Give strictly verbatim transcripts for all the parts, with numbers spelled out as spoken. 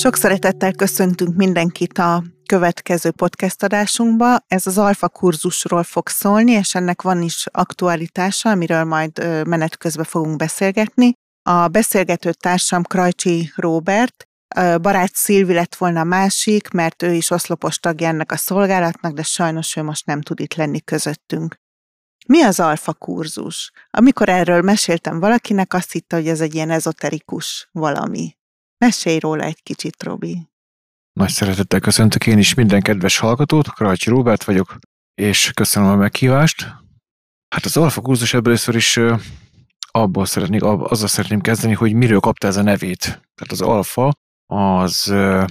Sok szeretettel köszöntünk mindenkit a következő podcast adásunkba. Ez az Alfa kurzusról fog szólni, és ennek van is aktualitása, amiről majd menet közben fogunk beszélgetni. A beszélgető társam Krajcsi Róbert, Barát Szilvi lett volna másik, mert ő is oszlopos tagja ennek a szolgálatnak, de sajnos ő most nem tud itt lenni közöttünk. Mi az Alfa kurzus? Amikor erről meséltem valakinek, azt hitte, hogy ez egy ilyen ezoterikus valami. Mesélj róla egy kicsit, Robi. Nagy szeretettel köszöntök én is minden kedves hallgatót, Krajcsi Róbert vagyok, és köszönöm a meghívást. Hát az Alfa kurzus ebből először is abból szeretnék, azzal szeretném kezdeni, hogy miről kapta ez a nevét. Tehát az Alfa, az,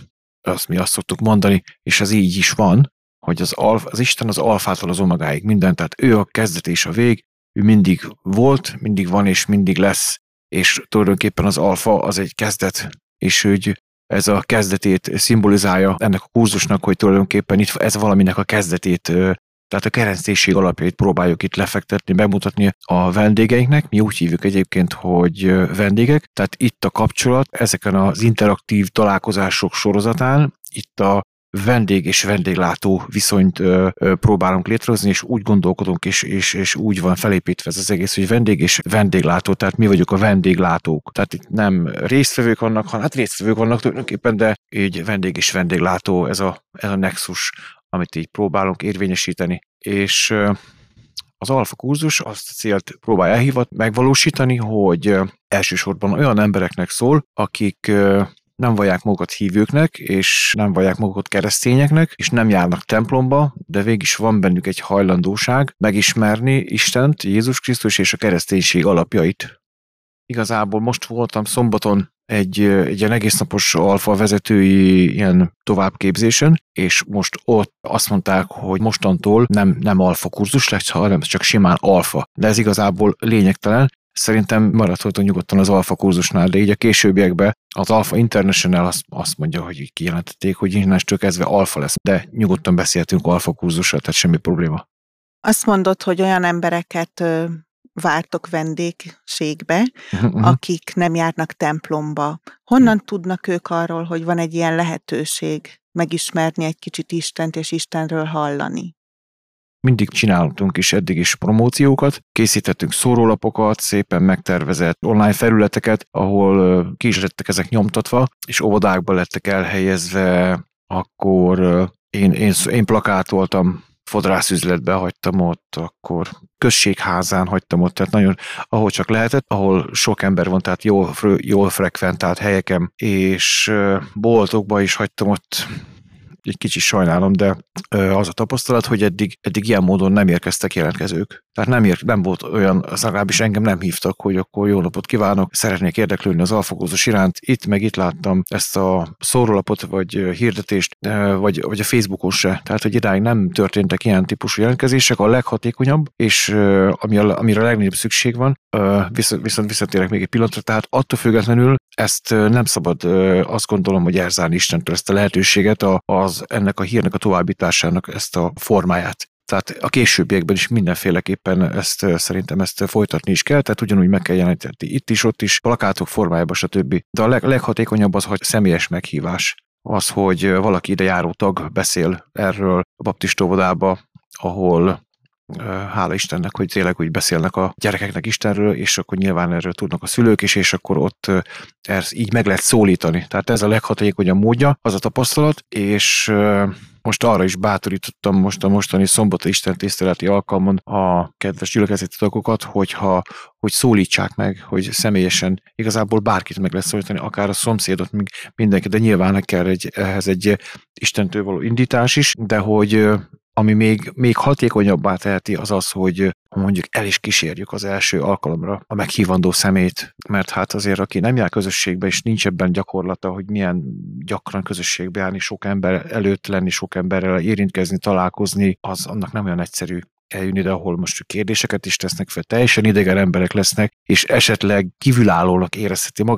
azt mi azt szoktuk mondani, és ez így is van, hogy az, alfa, az Isten az alfától az omegáig minden, tehát ő a kezdet és a vég, ő mindig volt, mindig van és mindig lesz, és tulajdonképpen az alfa az egy kezdet, és úgy ez a kezdetét szimbolizálja ennek a kurzusnak, hogy tulajdonképpen itt ez valaminek a kezdetét, tehát a kereszténység alapjait próbáljuk itt lefektetni, bemutatni a vendégeinknek. Mi úgy hívjuk egyébként, hogy vendégek, tehát itt a kapcsolat, ezeken az interaktív találkozások sorozatán, itt a vendég és vendéglátó viszonyt ö, ö, próbálunk létrehozni, és úgy gondolkodunk, és, és, és úgy van felépítve ez az egész, hogy vendég és vendéglátó, tehát mi vagyunk a vendéglátók. Tehát itt nem résztvevők vannak, hanem hát résztvevők vannak tulajdonképpen, de így vendég és vendéglátó, ez a, ez a nexus, amit így próbálunk érvényesíteni. És ö, az Alfa kurzus azt a célt próbál elhívat megvalósítani, hogy ö, elsősorban olyan embereknek szól, akik ö, nem vallják magukat hívőknek, és nem vallják magukat keresztényeknek, és nem járnak templomba, de végig van bennük egy hajlandóság megismerni Istent, Jézus Krisztus és a kereszténység alapjait. Igazából most voltam szombaton egy, egy ilyen egésznapos alfa vezetői ilyen továbbképzésen, és most ott azt mondták, hogy mostantól nem, nem alfa kurzus lesz, hanem csak simán alfa. De ez igazából lényegtelen. Szerintem maradhatunk nyugodtan az Alfa kurzusnál, de így a későbbiekben az Alfa International azt, azt mondja, hogy így kijelentették, hogy innentől kezdve Alfa lesz, de nyugodtan beszélhetünk Alfa kurzusra, tehát semmi probléma. Azt mondod, hogy olyan embereket ö, vártok vendégségbe, uh-huh. akik nem járnak templomba. Honnan uh-huh. tudnak ők arról, hogy van egy ilyen lehetőség megismerni egy kicsit Istent és Istenről hallani? Mindig csináltunk is eddig is promóciókat, készítettünk szórólapokat, szépen megtervezett online felületeket, ahol ki is lettek ezek nyomtatva, és óvodákba lettek elhelyezve, akkor én, én, én plakátoltam, fodrászüzletbe hagytam ott, akkor községházán hagytam ott, tehát nagyon, ahol csak lehetett, ahol sok ember van, tehát jól, jól frekventált helyeken, és boltokba is hagytam ott. Egy kicsit sajnálom, de az a tapasztalat, hogy eddig, eddig ilyen módon nem érkeztek jelentkezők. Tehát nem, ér, nem volt olyan, legalábbis engem nem hívtak, hogy akkor jó napot kívánok, szeretnék érdeklődni az Alfa kurzus iránt. Itt meg itt láttam ezt a szórólapot, vagy hirdetést, vagy, vagy a Facebookon se. Tehát, hogy idáig nem történtek ilyen típusú jelentkezések, a leghatékonyabb, és ami a, amire a legnagyobb szükség van, viszont, viszont visszatérek még egy pillanatra, tehát attól függetlenül ezt nem szabad, azt gondolom, hogy elzárni Istentől ezt a lehetőséget, az ennek a hírnek a továbbításának ezt a formáját. Tehát a későbbiekben is mindenféleképpen ezt szerintem ezt folytatni is kell, tehát ugyanúgy meg kell jelenteni itt is, ott is, plakátok formájában, stb. De a leg, leghatékonyabb az, hogy személyes meghívás. Az, hogy valaki ide járó tag beszél erről a baptista óvodába, ahol hála Istennek, hogy tényleg úgy beszélnek a gyerekeknek Istenről, és akkor nyilván erről tudnak a szülők is, és akkor ott ez így meg lehet szólítani. Tehát ez a leghatékonyabb módja, az a tapasztalat, és most arra is bátorítottam most a mostani szombati istentiszteleti alkalmon a kedves gyülekezeti tagokat, hogyha, hogy szólítsák meg, hogy személyesen igazából bárkit meg lehet szólítani, akár a szomszédot, mindenki, de nyilván kell egy, ehhez egy Istentől való indítás is, de hogy ami még, még hatékonyabbá teheti, az az, hogy mondjuk el is kísérjük az első alkalomra a meghívandó szemét, mert hát azért, aki nem jár közösségbe, és nincs ebben gyakorlata, hogy milyen gyakran közösségbe járni, sok ember előtt lenni, sok emberrel érintkezni, találkozni, az annak nem olyan egyszerű eljönni ide, ahol most kérdéseket is tesznek fel, teljesen idegen emberek lesznek, és esetleg kívülállónak érezheti magát,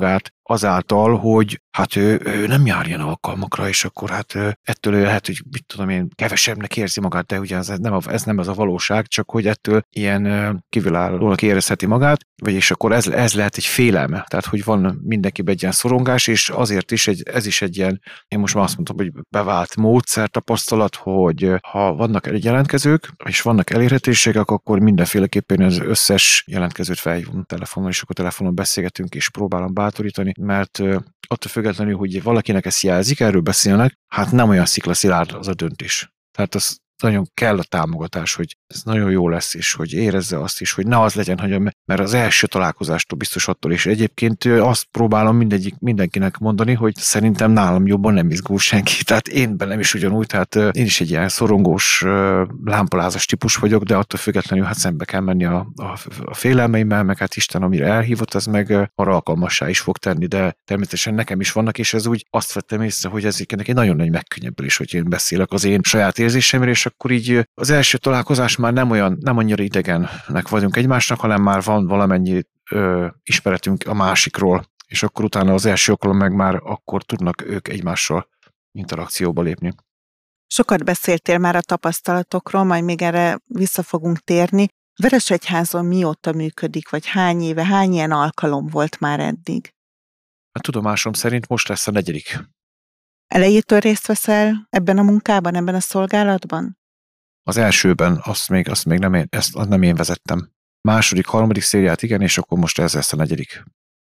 azáltal, hogy hát ő, ő nem jár ilyen alkalmakra, és akkor hát ettől ő lehet, hogy mit tudom én, kevesebbnek érzi magát, de ugye ez nem, a, ez nem az a valóság, csak hogy ettől ilyen kívülállónak érezheti magát, vagyis akkor ez, ez lehet egy félelme, tehát hogy van mindenkiben egy ilyen szorongás, és azért is egy, ez is egy ilyen, én most már azt mondtam, hogy bevált módszer, tapasztalat, hogy ha vannak egy jelentkezők, és vannak elérhetőségek, akkor mindenféleképpen az összes jelentkezőt felhívom telefonon, és akkor telefonon beszélgetünk, és próbálom bátorítani, mert attól függetlenül, hogy valakinek ezt jelzik, erről beszélnek, hát nem olyan sziklaszilárd az a döntés. Tehát az nagyon kell a támogatás, hogy ez nagyon jó lesz, és hogy érezze azt is, hogy ne az legyen, hogy a, mert az első találkozástól biztos attól is. Egyébként azt próbálom mindegyik, mindenkinek mondani, hogy szerintem nálam jobban nem izgul senki. Tehát én bennem is ugyanúgy, tehát én is egy ilyen szorongós, lámpalázas típus vagyok, de attól függetlenül hát szembe kell menni a, a, a félelmeimmel, meg hát Isten, amire elhívott, az meg arra alkalmassá is fog tenni, de természetesen nekem is vannak, és ez úgy azt vettem észre, hogy ez egy nagyon nagy megkönnyebbülés, hogy én beszélek az én saját érzésemről, és akkor így az első találkozás már nem olyan, nem annyira idegennek vagyunk egymásnak, hanem már van valamennyi ö, ismeretünk a másikról, és akkor utána az első alkalom meg már akkor tudnak ők egymással interakcióba lépni. Sokat beszéltél már a tapasztalatokról, majd még erre vissza fogunk térni. Veresegyházon mióta működik, vagy hány éve, hány ilyen alkalom volt már eddig? A tudomásom szerint most lesz a negyedik. Elejétől részt veszel ebben a munkában, ebben a szolgálatban? Az elsőben azt még, azt még nem, én, ezt nem én vezettem. Második, harmadik szériát igen, és akkor most ez lesz a negyedik.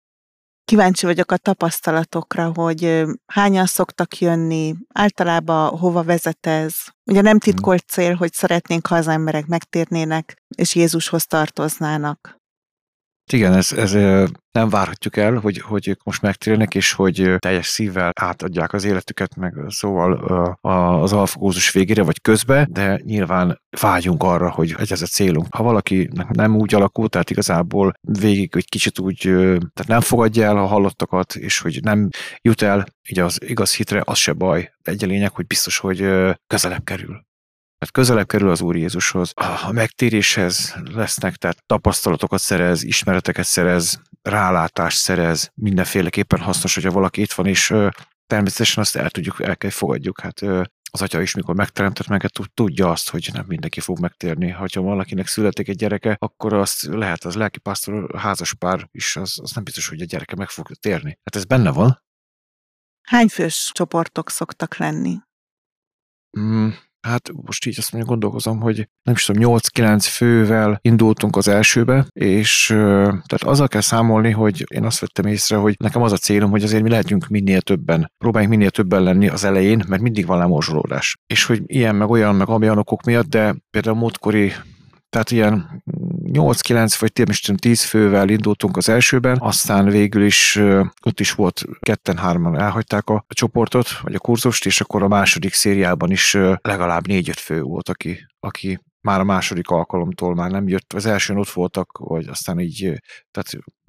Kíváncsi vagyok a tapasztalatokra, hogy hányan szoktak jönni, általában hova vezet ez. Ugye nem titkolt cél, hogy szeretnénk, ha az emberek megtérnének, és Jézushoz tartoznának. Igen, ez, ez nem várhatjuk el, hogy, hogy ők most megtérnek, és hogy teljes szívvel átadják az életüket, meg szóval az alfakurzus végére, vagy közbe, de nyilván vágyunk arra, hogy ez a célunk. Ha valaki nem úgy alakul, tehát igazából végig egy kicsit úgy, tehát nem fogadja el a hallottakat, és hogy nem jut el így az igaz hitre, az se baj. Egy a lényeg, hogy biztos, hogy közelebb kerül. Tehát közelebb kerül az Úr Jézushoz, a megtéréshez lesznek, tehát tapasztalatokat szerez, ismereteket szerez, rálátást szerez, mindenféleképpen hasznos, hogyha valaki itt van, és ö, természetesen azt el tudjuk, el kell fogadjuk. Hát ö, az Atya is, mikor megteremtett meg, tudja azt, hogy nem mindenki fog megtérni. Ha valakinek születik egy gyereke, akkor azt lehet, az lelkipásztor, házaspár is, az, az nem biztos, hogy a gyereke meg fog térni. Hát ez benne van. Hány fős csoportok szoktak lenni? Mm. Hát most így azt mondja, gondolkozom, hogy nem is tudom, nyolc-kilenc fővel indultunk az elsőbe, és tehát azzal kell számolni, hogy én azt vettem észre, hogy nekem az a célom, hogy azért mi lehetünk minél többen, próbáljunk minél többen lenni az elején, mert mindig van lemorzsolódás. És hogy ilyen, meg olyan, meg amilyen okok miatt, de például a múltkori, tehát ilyen nyolc-kilenc vagy tíz fővel indultunk az elsőben, aztán végül is ott is volt ketten-hárman elhagyták a csoportot, vagy a kurzust, és akkor a második szériában is legalább négy-öt fő volt, aki, aki már a második alkalomtól már nem jött. Az elsőn ott voltak, vagy aztán így, tehát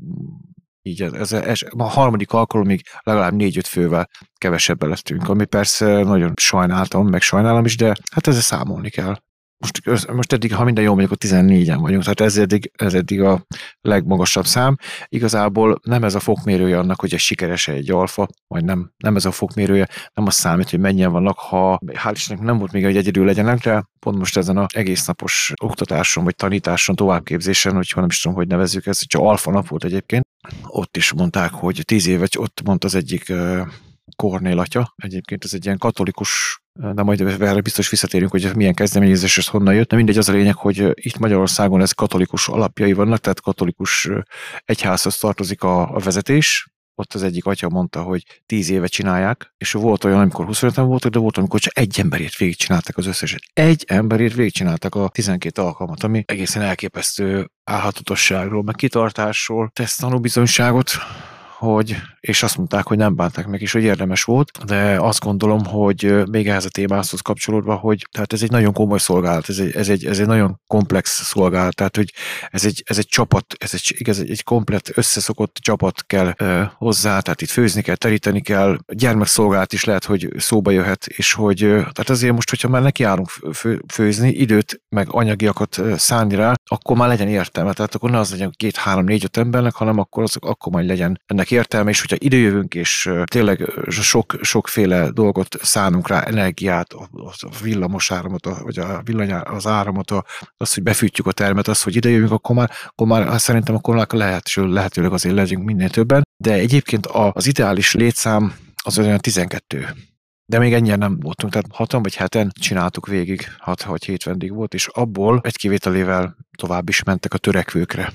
így ez, ez, a harmadik alkalomig legalább négy-öt fővel kevesebben lettünk, ami persze nagyon sajnáltam, meg sajnálom is, de hát ezzel számolni kell. Most, most eddig, ha minden jól mondjuk, a tizennégyen vagyunk, tehát ez eddig, ez eddig a legmagasabb szám. Igazából nem ez a fokmérője annak, hogy egy sikeres egy alfa, vagy nem, nem ez a fokmérője, nem az számít, hogy mennyien vannak, ha hál' Istennek nem volt még, hogy egyedül legyenek, de pont most ezen az egész napos oktatáson, vagy tanításon, továbbképzésen, hogy nem is tudom, hogy nevezzük ezt, csak alfa nap volt egyébként, ott is mondták, hogy tíz éve, ott mondta az egyik Kornél atya, egyébként ez egy ilyen katolikus, de majd erre biztos visszatérünk, hogy milyen kezdeményezés ez honnan jött, de mindegy, az a lényeg, hogy itt Magyarországon ez katolikus alapjai vannak, tehát katolikus egyházhoz tartozik a, a vezetés. Ott az egyik atya mondta, hogy tíz éve csinálják, és volt olyan, amikor huszonöten voltak, de volt, amikor csak egy emberért végigcsinálták az összeset. Egy emberért végigcsinálták a tizenkét alkalmat, ami egészen elképesztő álhatatosságról, meg kitartásról tesz tanúbizonyságot, hogy, és azt mondták, hogy nem bánták meg is, hogy érdemes volt, de azt gondolom, hogy még ehhez a témához kapcsolódva, hogy tehát ez egy nagyon komoly szolgálat, ez egy, ez egy, ez egy nagyon komplex szolgálat, tehát hogy ez egy, ez egy csapat, ez egy, igaz, egy komplet összeszokott csapat kell uh, hozzá, tehát itt főzni kell, teríteni kell, gyermekszolgálat is lehet, hogy szóba jöhet, és hogy uh, tehát azért most, hogyha már nekiállunk fő, főzni, időt, meg anyagiakat uh, szánni rá, akkor már legyen értelme, tehát akkor ne az legyen két, három, négy, öt embernek, hanem akkor, az, akkor majd legyen ennek értelme, és hogyha hogyha idejövünk, és tényleg sok, sokféle dolgot szánunk rá, energiát, a villamos áramot, vagy a villany, az áramot, az, hogy befűtjük a termet, az, hogy idejövünk, akkor már, akkor már szerintem akkor már lehet, lehetőleg azért legyünk minél többen, de egyébként az ideális létszám az olyan tizenkettő. De még ennyien nem voltunk, tehát hatan vagy heten csináltuk végig, hat vagy hét vendég volt, és abból egy kivételével tovább is mentek a törekvőkre.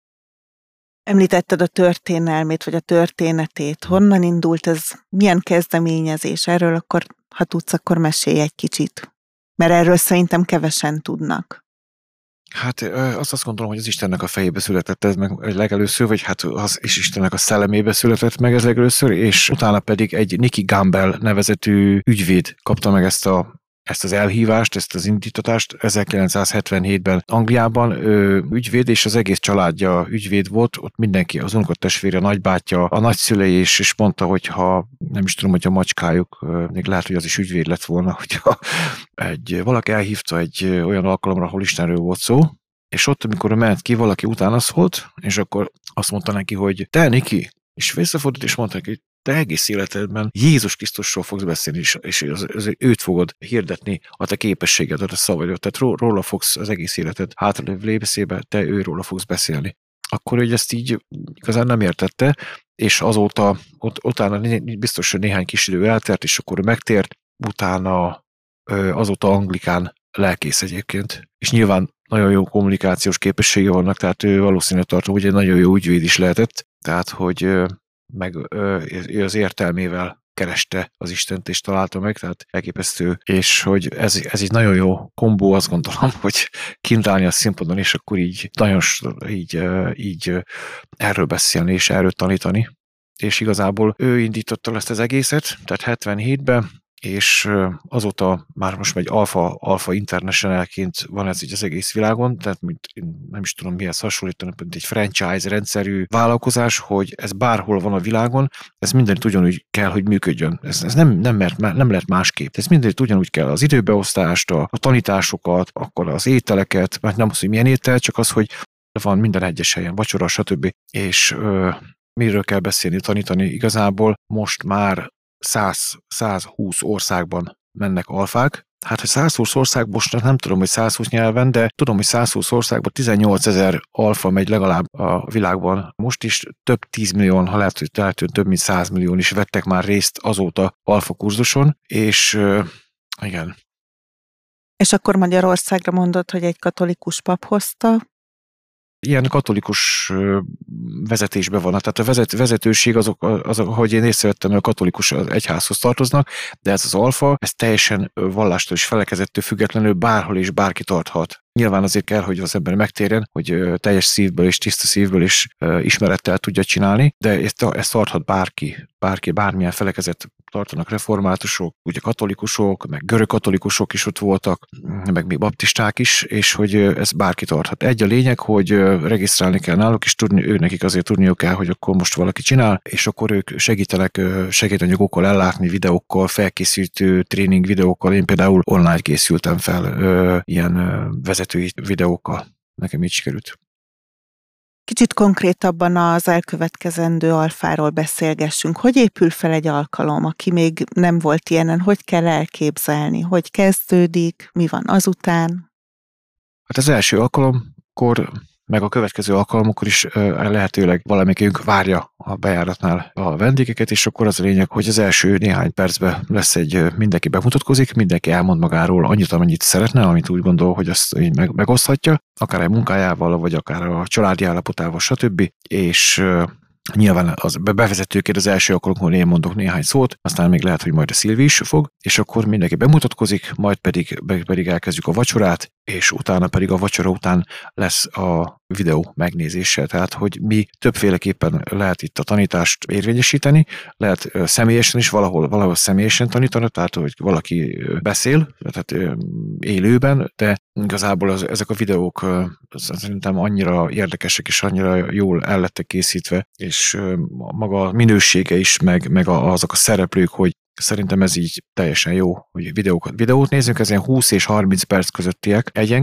Említetted a történelmét, vagy a történetét. Honnan indult ez? Milyen kezdeményezés? Erről akkor, ha tudsz, akkor mesélj egy kicsit. Mert erről szerintem kevesen tudnak. Hát azt azt gondolom, hogy az Istennek a fejébe született ez meg legelőször, vagy hát az és Istennek a szellemébe született meg ez legelőször, és utána pedig egy Nicky Gamble nevezetű ügyvéd kapta meg ezt a ezt az elhívást, ezt az indítatást ezerkilencszázhetvenhétben Angliában ő ügyvéd, és az egész családja ügyvéd volt, ott mindenki, az unokatestvére, a nagybátyja, a nagyszülei is, és mondta, hogy ha nem is tudom, hogy a macskájuk, még lehet, hogy az is ügyvéd lett volna, hogyha egy, valaki elhívta egy olyan alkalomra, ahol Istenről volt szó, és ott, amikor ment ki, valaki utána szólt, és akkor azt mondta neki, hogy te, Niki, és visszafordult, és mondta neki, hogy te egész életedben Jézus Krisztusról fogsz beszélni, és, és az, az, őt fogod hirdetni, a te képességedet, a szavadat, tehát róla fogsz az egész életed hátralévő lépeszébe, te őróla fogsz beszélni. Akkor hogy ezt így igazán nem értette, és azóta, ott, utána biztos, hogy néhány kis idő eltelt, és akkor megtért, utána azóta anglikán lelkész egyébként. És nyilván nagyon jó kommunikációs képessége vannak, tehát ő valószínűleg tartom, hogy egy nagyon jó ügyvéd is lehetett, tehát hogy meg ő az értelmével kereste az Istent és találta meg, tehát elképesztő, és hogy ez, ez egy nagyon jó kombó, azt gondolom, hogy kint állni a színpadon, és akkor így nagyon így, így erről beszélni és erről tanítani. És igazából ő indította ezt az egészet, tehát hetvenhétben, és azóta már most egy Alpha, Alpha Internationalként van ez így az egész világon, tehát mint, nem is tudom mihez hasonlítani, mint egy franchise rendszerű vállalkozás, hogy ez bárhol van a világon, ez mindenütt ugyanúgy kell, hogy működjön. Ez, ez nem, nem, mert, nem lehet másképp. Ez mindenütt ugyanúgy kell az időbeosztást, a, a tanításokat, akkor az ételeket, mert nem az, hogy milyen étel, csak az, hogy van minden egyes helyen, vacsora, stb. És ö, miről kell beszélni, tanítani. Igazából most már száz százhúsz országban mennek alfák. Hát, hogy százhúsz ország, most nem tudom, hogy százhúsz nyelven, de tudom, hogy százhúsz országban tizennyolcezer alfa megy legalább a világban. Most is több tízmillió, ha lehet, hogy lehet, hogy több mint száz millió is vettek már részt azóta alfa kurzuson, és uh, igen. És akkor Magyarországra mondod, hogy egy katolikus pap hozta? Ilyen katolikus vezetésben van. Tehát a vezet, vezetőség azok, azok, ahogy én észrevettem, a katolikus egyházhoz tartoznak, de ez az alfa, ez teljesen vallástól és felekezettől függetlenül bárhol és bárki tarthat. Nyilván azért kell, hogy az ember megtérjen, hogy teljes szívből és tiszta szívből és ismerettel tudja csinálni, de ezt, ezt tarthat bárki, bárki, bármilyen felekezet tartanak reformátusok, ugye katolikusok, meg görög katolikusok is ott voltak, meg még baptisták is, és hogy ez bárki tarthat. Egy a lényeg, hogy regisztrálni kell náluk, és tudni, ő nekik azért tudniuk kell, hogy akkor most valaki csinál, és akkor ők segítenek segédanyagokkal ellátni, videókkal, felkészítő tréning videókkal. Én például online készültem fel ö, ilyen ö, vezetői videókkal. Nekem így sikerült. Kicsit konkrétabban az elkövetkezendő alfáról beszélgessünk. Hogy épül fel egy alkalom, aki még nem volt ilyenen? Hogy kell elképzelni? Hogy kezdődik? Mi van azután? Hát az első alkalomkor, meg a következő alkalomkor is lehetőleg valamelyikünk várja a bejáratnál a vendégeket, és akkor az a lényeg, hogy az első néhány percben lesz egy, mindenki bemutatkozik, mindenki elmond magáról annyit, amennyit szeretne, amit úgy gondol, hogy azt így meg, megoszthatja, akár egy munkájával, vagy akár a családi állapotával, stb. És nyilván az bevezetőként az első alkalommal én mondok néhány szót, aztán még lehet, hogy majd a Szilvi is fog, és akkor mindenki bemutatkozik, majd pedig, pedig elkezdjük a vacsorát, és utána pedig a vacsora után lesz a videó megnézése. Tehát, hogy mi többféleképpen lehet itt a tanítást érvényesíteni, lehet személyesen is, valahol, valahol személyesen tanítani, tehát, hogy valaki beszél, tehát élőben, de igazából az, ezek a videók szerintem annyira érdekesek és annyira jól el lettek készítve, és maga a minősége is, meg, meg azok a szereplők, hogy szerintem ez így teljesen jó, hogy videókat, videót nézzünk, ez ilyen húsz és harminc perc közöttiek egyenként,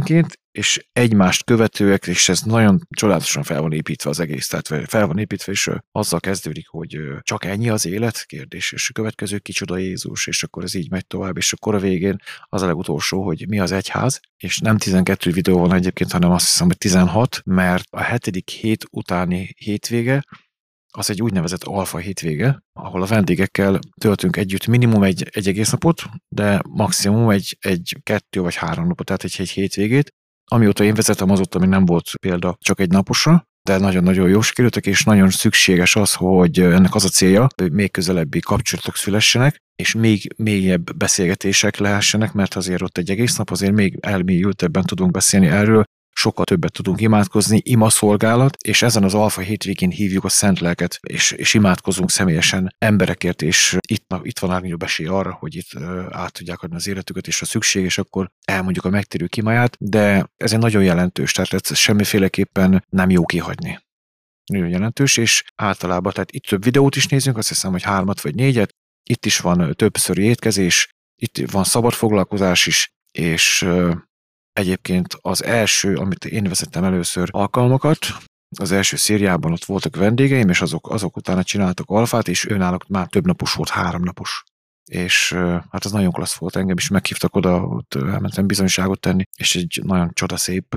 és egymást követőek, és ez nagyon csodálatosan fel van építve az egész, tehát fel van építve, és azzal kezdődik, hogy csak ennyi az élet kérdés, és a következő kicsoda Jézus, és akkor ez így megy tovább, és akkor a végén az a legutolsó, hogy mi az egyház, és nem tizenkét videó van egyébként, hanem azt hiszem, hogy tizenhat, mert a hetedik hét utáni hétvége, az egy úgynevezett alfa hétvége, ahol a vendégekkel töltünk együtt minimum egy, egy egész napot, de maximum egy, egy kettő vagy három napot, tehát egy, egy hétvégét. Amióta én vezetem, azóta még nem volt példa csak egy naposra, de nagyon-nagyon jó sikerültek, és nagyon szükséges az, hogy ennek az a célja, hogy még közelebbi kapcsolatok szülessenek, és még mélyebb beszélgetések lehessenek, mert azért ott egy egész nap azért még elmélyültebben tudunk beszélni erről, sokkal többet tudunk imádkozni, imaszolgálat, és ezen az alfa hétvégén hívjuk a Szent Lelket, és, és imádkozunk személyesen emberekért, és itt, na, itt van legnagyobb esély arra, hogy itt uh, át tudják adni az életüket, és ha szükséges, akkor elmondjuk a megtérő kimáját, de ez egy nagyon jelentős, tehát ez semmiféleképpen nem jó kihagyni. Nagyon jelentős, és általában, tehát itt több videót is nézünk, azt hiszem, hogy hármat vagy négyet, itt is van többszöri étkezés, itt van szabad foglalkozás is, és uh, egyébként az első, amit én vezettem először alkalmakat, az első szériában ott voltak vendégeim, és azok, azok utána csináltak alfát, és őnáluk már több napos volt, három napos. És hát az nagyon klassz volt, engem is meghívtak oda, ott elmentem bizonyságot tenni, és egy nagyon csodaszép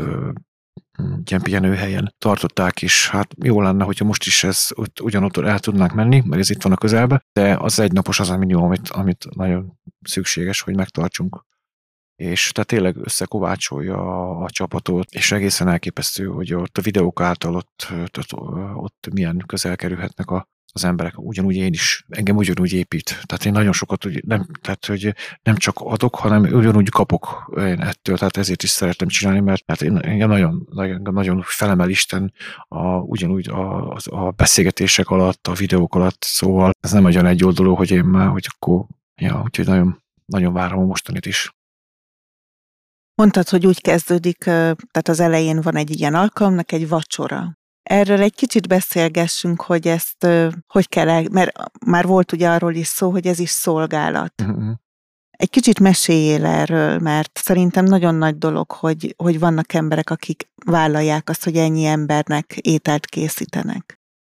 ilyen pihenőhelyen tartották, és hát jó lenne, hogyha most is ez ott, ugyanott el tudnánk menni, mert ez itt van a közelben, de az egy napos az a minimum, amit, amit nagyon szükséges, hogy megtartsunk. És tehát tényleg összekovácsolja a, a csapatot, és egészen elképesztő, hogy ott a videók által ott, ott, ott milyen közel kerülhetnek a, az emberek. Ugyanúgy én is, engem ugyanúgy épít. Tehát én nagyon sokat, nem, tehát, hogy nem csak adok, hanem ugyanúgy kapok én ettől, tehát ezért is szeretem csinálni, mert hát én, engem nagyon, engem nagyon felemel Isten a, ugyanúgy a, a beszélgetések alatt, a videók alatt, szóval ez nem olyan egy oldalú, hogy én már, hogy akkor, ja, úgyhogy nagyon, nagyon várom a mostanit is. Mondtad, hogy úgy kezdődik, tehát az elején van egy ilyen alkalomnak egy vacsora. Erről egy kicsit beszélgessünk, hogy ezt hogy kell el, mert már volt ugye arról is szó, hogy ez is szolgálat. Uh-huh. Egy kicsit meséljél erről, mert szerintem nagyon nagy dolog, hogy, hogy vannak emberek, akik vállalják azt, hogy ennyi embernek ételt készítenek.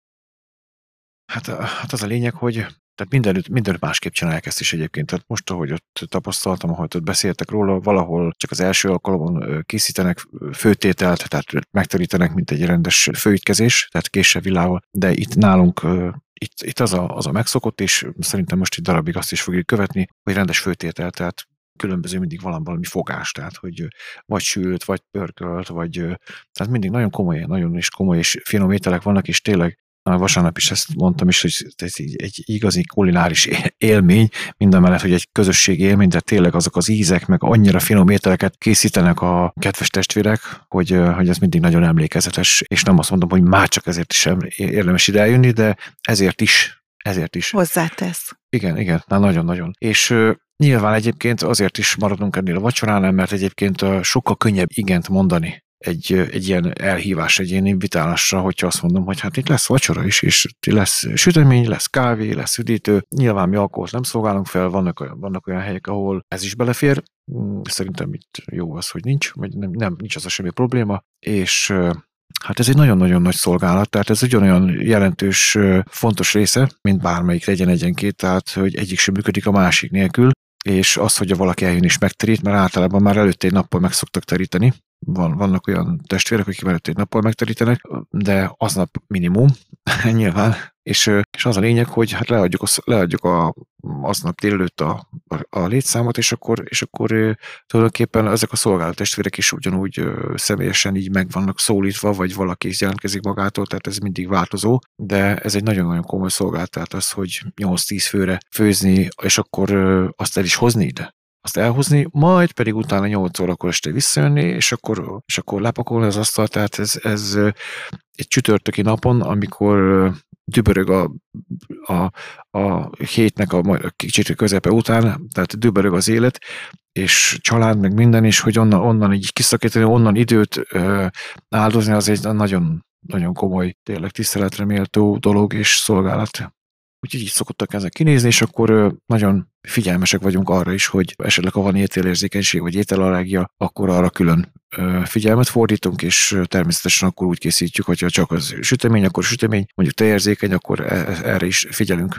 Hát, hát az a lényeg, hogy tehát mindenütt, mindenütt másképp csinálják ezt is egyébként. Tehát most, ahogy ott tapasztaltam, ahogy ott beszéltek róla, valahol csak az első alkalomon készítenek főtételt, tehát megterítenek, mint egy rendes főétkezés, tehát késsel, villával, de itt nálunk itt, itt az, a, az a megszokott, és szerintem most egy darabig azt is fogjuk követni, hogy rendes főtétel, tehát különböző mindig valami, valami fogás, tehát hogy vagy sült, vagy pörkölt, vagy tehát mindig nagyon komoly, nagyon is komoly és finom ételek vannak, és tényleg vasárnap is ezt mondtam is, hogy ez egy igazi kulináris élmény, mindamellett, hogy egy közösség élmény, de tényleg azok az ízek, meg annyira finom ételeket készítenek a kedves testvérek, hogy, hogy ez mindig nagyon emlékezetes, és nem azt mondom, hogy már csak ezért is érdemes ide eljönni, de ezért is, ezért is. Hozzátesz. Igen, igen, nagyon-nagyon. És uh, nyilván egyébként azért is maradunk ennél a vacsoránál, mert egyébként uh, sokkal könnyebb igent mondani Egy, egy ilyen elhívás, egy ilyen invitálásra, hogyha azt mondom, hogy hát itt lesz vacsora is, és lesz sütemény, lesz kávé, lesz üdítő. Nyilván mi alkoholt nem szolgálunk fel, vannak olyan, vannak olyan helyek, ahol ez is belefér. Szerintem itt jó az, hogy nincs, vagy nem, nem nincs az a semmi probléma, és hát ez egy nagyon-nagyon nagy szolgálat, tehát ez ugyanolyan jelentős, fontos része, mint bármelyik legyen egyenként, tehát hogy egyik sem működik a másik nélkül, és az, hogy valaki eljön és megterít, mert általában már előtte egy nappal meg szoktak teríteni. Van, vannak olyan testvérek, akik előtt egy nappal megterítenek, de aznap minimum, nyilván, és, és az a lényeg, hogy hát leadjuk, a, leadjuk a, aznap délelőtt a, a, a létszámot, és akkor, és akkor tulajdonképpen ezek a szolgáló testvérek is ugyanúgy személyesen így meg vannak szólítva, vagy valaki is jelentkezik magától, tehát ez mindig változó, de ez egy nagyon-nagyon komoly szolgálat, tehát az, hogy nyolc-tíz főre főzni, és akkor azt el is hozni ide. Azt elhozni, majd pedig utána nyolc órakor este visszajönni, és akkor, és akkor lepakolni az asztalt, tehát ez, ez egy csütörtöki napon, amikor dübörög a, a, a hétnek a, a kicsit közepe után, tehát dübörög az élet, és család, meg minden is, hogy onnan, onnan így kiszakítani, onnan időt ö, áldozni, az egy nagyon, nagyon komoly, tényleg tiszteletre méltó dolog és szolgálat. Úgyhogy így szokottak ezek kinézni, és akkor nagyon figyelmesek vagyunk arra is, hogy esetleg ha van ételérzékenység vagy ételallergia, akkor arra külön figyelmet fordítunk, és természetesen akkor úgy készítjük, hogyha csak az sütemény, akkor sütemény, mondjuk tejérzékeny, akkor erre is figyelünk.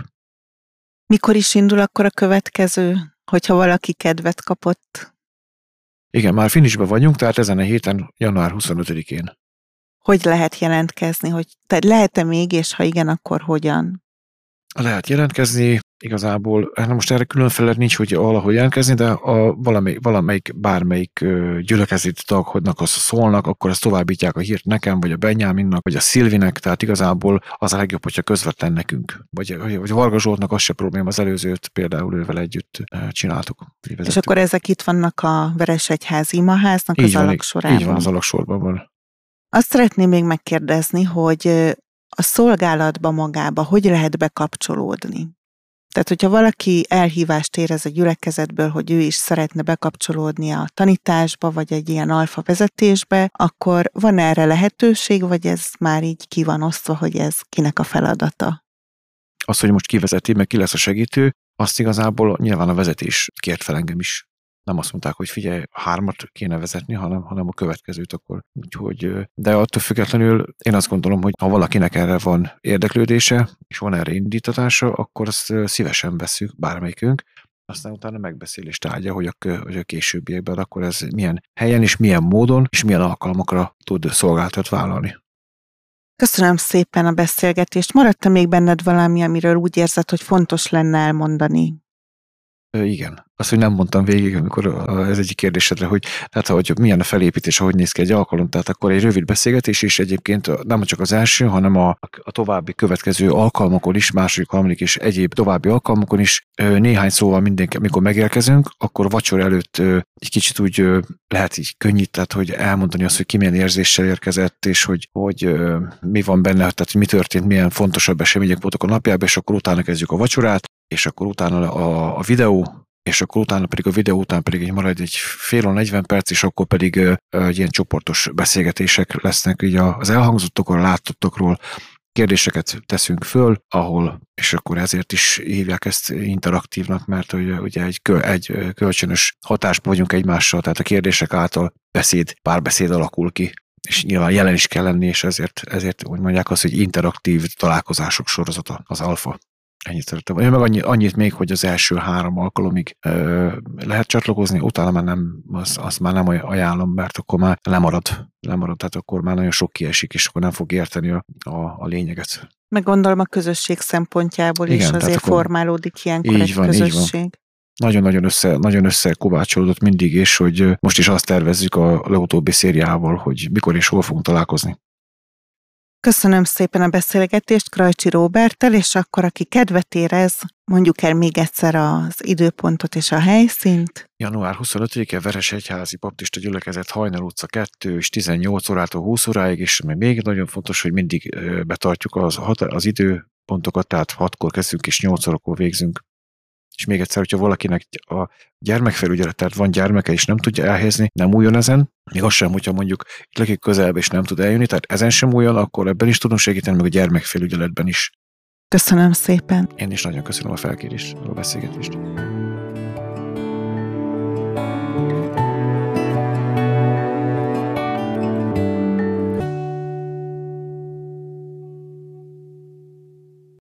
Mikor is indul akkor a következő, hogyha valaki kedvet kapott? Igen, már finishben vagyunk, tehát ezen a héten, január huszonötödikén. Hogy lehet jelentkezni? Hogy te lehet-e még, és ha igen, akkor hogyan? Lehet jelentkezni, igazából, hát most erre különféle nincs, hogy valahogy jelentkezni, de a valamelyik, valamelyik bármelyik gyülekezeti tagnak az szólnak, akkor ezt továbbítják a hírt nekem, vagy a Benyáminnak, vagy a Szilvinek, tehát igazából az a legjobb, hogyha közvetlen nekünk. Vagy, vagy Varga Zsoltnak az se probléma, az előzőt például ővel együtt csináltuk. És akkor ezek itt vannak a Veresegyházi imaháznak az alagsorában. Így van, az alagsorban van. Azt szeretném még megkérdezni, hogy a szolgálatba magába hogy lehet bekapcsolódni? Tehát, hogyha valaki elhívást érez a gyülekezetből, hogy ő is szeretne bekapcsolódni a tanításba, vagy egy ilyen alfa vezetésbe, akkor van erre lehetőség, vagy ez már így ki van osztva, hogy ez kinek a feladata? Az, hogy most kivezeti, meg ki lesz a segítő, azt igazából nyilván a vezetés kért fel engem is. Nem azt mondták, hogy figyelj, hármat kéne vezetni, hanem, hanem a következőt akkor. Úgyhogy, de attól függetlenül én azt gondolom, hogy ha valakinek erre van érdeklődése, és van erre indítatása, akkor azt szívesen veszünk, bármelyikünk. Aztán utána megbeszélés tárgya, hogy a, hogy a későbbiekben akkor ez milyen helyen és milyen módon és milyen alkalmakra tud szolgáltat vállalni. Köszönöm szépen a beszélgetést. Maradt-e még benned valami, amiről úgy érzed, hogy fontos lenne elmondani? Igen. Azt, hogy nem mondtam végig, amikor ez egyik kérdésedre, hogy, tehát, hogy milyen a felépítés, ahogy néz ki egy alkalom, tehát akkor egy rövid beszélgetés, és egyébként nem csak az első, hanem a, a további következő alkalmakon is, második, harmadik és egyéb további alkalmakon is néhány szóval mindenki, amikor megérkezünk, akkor vacsora előtt egy kicsit úgy lehet így könnyít, tehát hogy elmondani azt, hogy ki milyen érzéssel érkezett, és hogy, hogy mi van benne, tehát hogy mi történt, milyen fontosabb események voltak a napjában, és akkor utána kezdjük a vacsorát, és akkor utána a, a videó, és akkor utána pedig a videó után pedig így marad egy fél negyven perc, és akkor pedig uh, ilyen csoportos beszélgetések lesznek így az elhangzottakról, látottokról, kérdéseket teszünk föl, ahol, és akkor ezért is hívják ezt interaktívnak, mert hogy, ugye egy, egy kölcsönös hatásban vagyunk egymással, tehát a kérdések által beszéd, párbeszéd alakul ki, és nyilván jelen is kell lenni, és ezért, ezért úgy mondják azt, hogy interaktív találkozások sorozata az alfa. Ennyit szeretem. Én meg annyit, annyit még, hogy az első három alkalomig ö, lehet csatlakozni, utána már nem, azt az már nem ajánlom, mert akkor már lemarad, lemarad, tehát akkor már nagyon sok kiesik, és akkor nem fog érteni a, a, a lényeget. Meg gondolom a közösség szempontjából igen, is azért formálódik ilyenkor egy van, közösség. Nagyon-nagyon össze, nagyon összekovácsolódott mindig, és hogy most is azt tervezzük a legutóbbi szériával, hogy mikor és hol fogunk találkozni. Köszönöm szépen a beszélgetést Krajcsi Róberttel, és akkor aki kedvet érez, mondjuk el még egyszer az időpontot és a helyszínt. január huszonötödike Veresegyházi Baptista Gyülekezet, Hajnal utca kettő és tizennyolc órától húsz óráig, és még nagyon fontos, hogy mindig betartjuk az, az időpontokat, tehát hatkor kezdünk és nyolc órakor végzünk. És még egyszer, hogyha valakinek a gyermekfelügyelet, tehát van gyermeke és nem tudja elhelyezni, nem újjon ezen, még az sem, hogyha mondjuk itt lakik közelbe és nem tud eljönni, tehát ezen sem újjon, akkor ebben is tudom segíteni, meg a gyermekfelügyeletben is. Köszönöm szépen. Én is nagyon köszönöm a felkérést, a beszélgetést.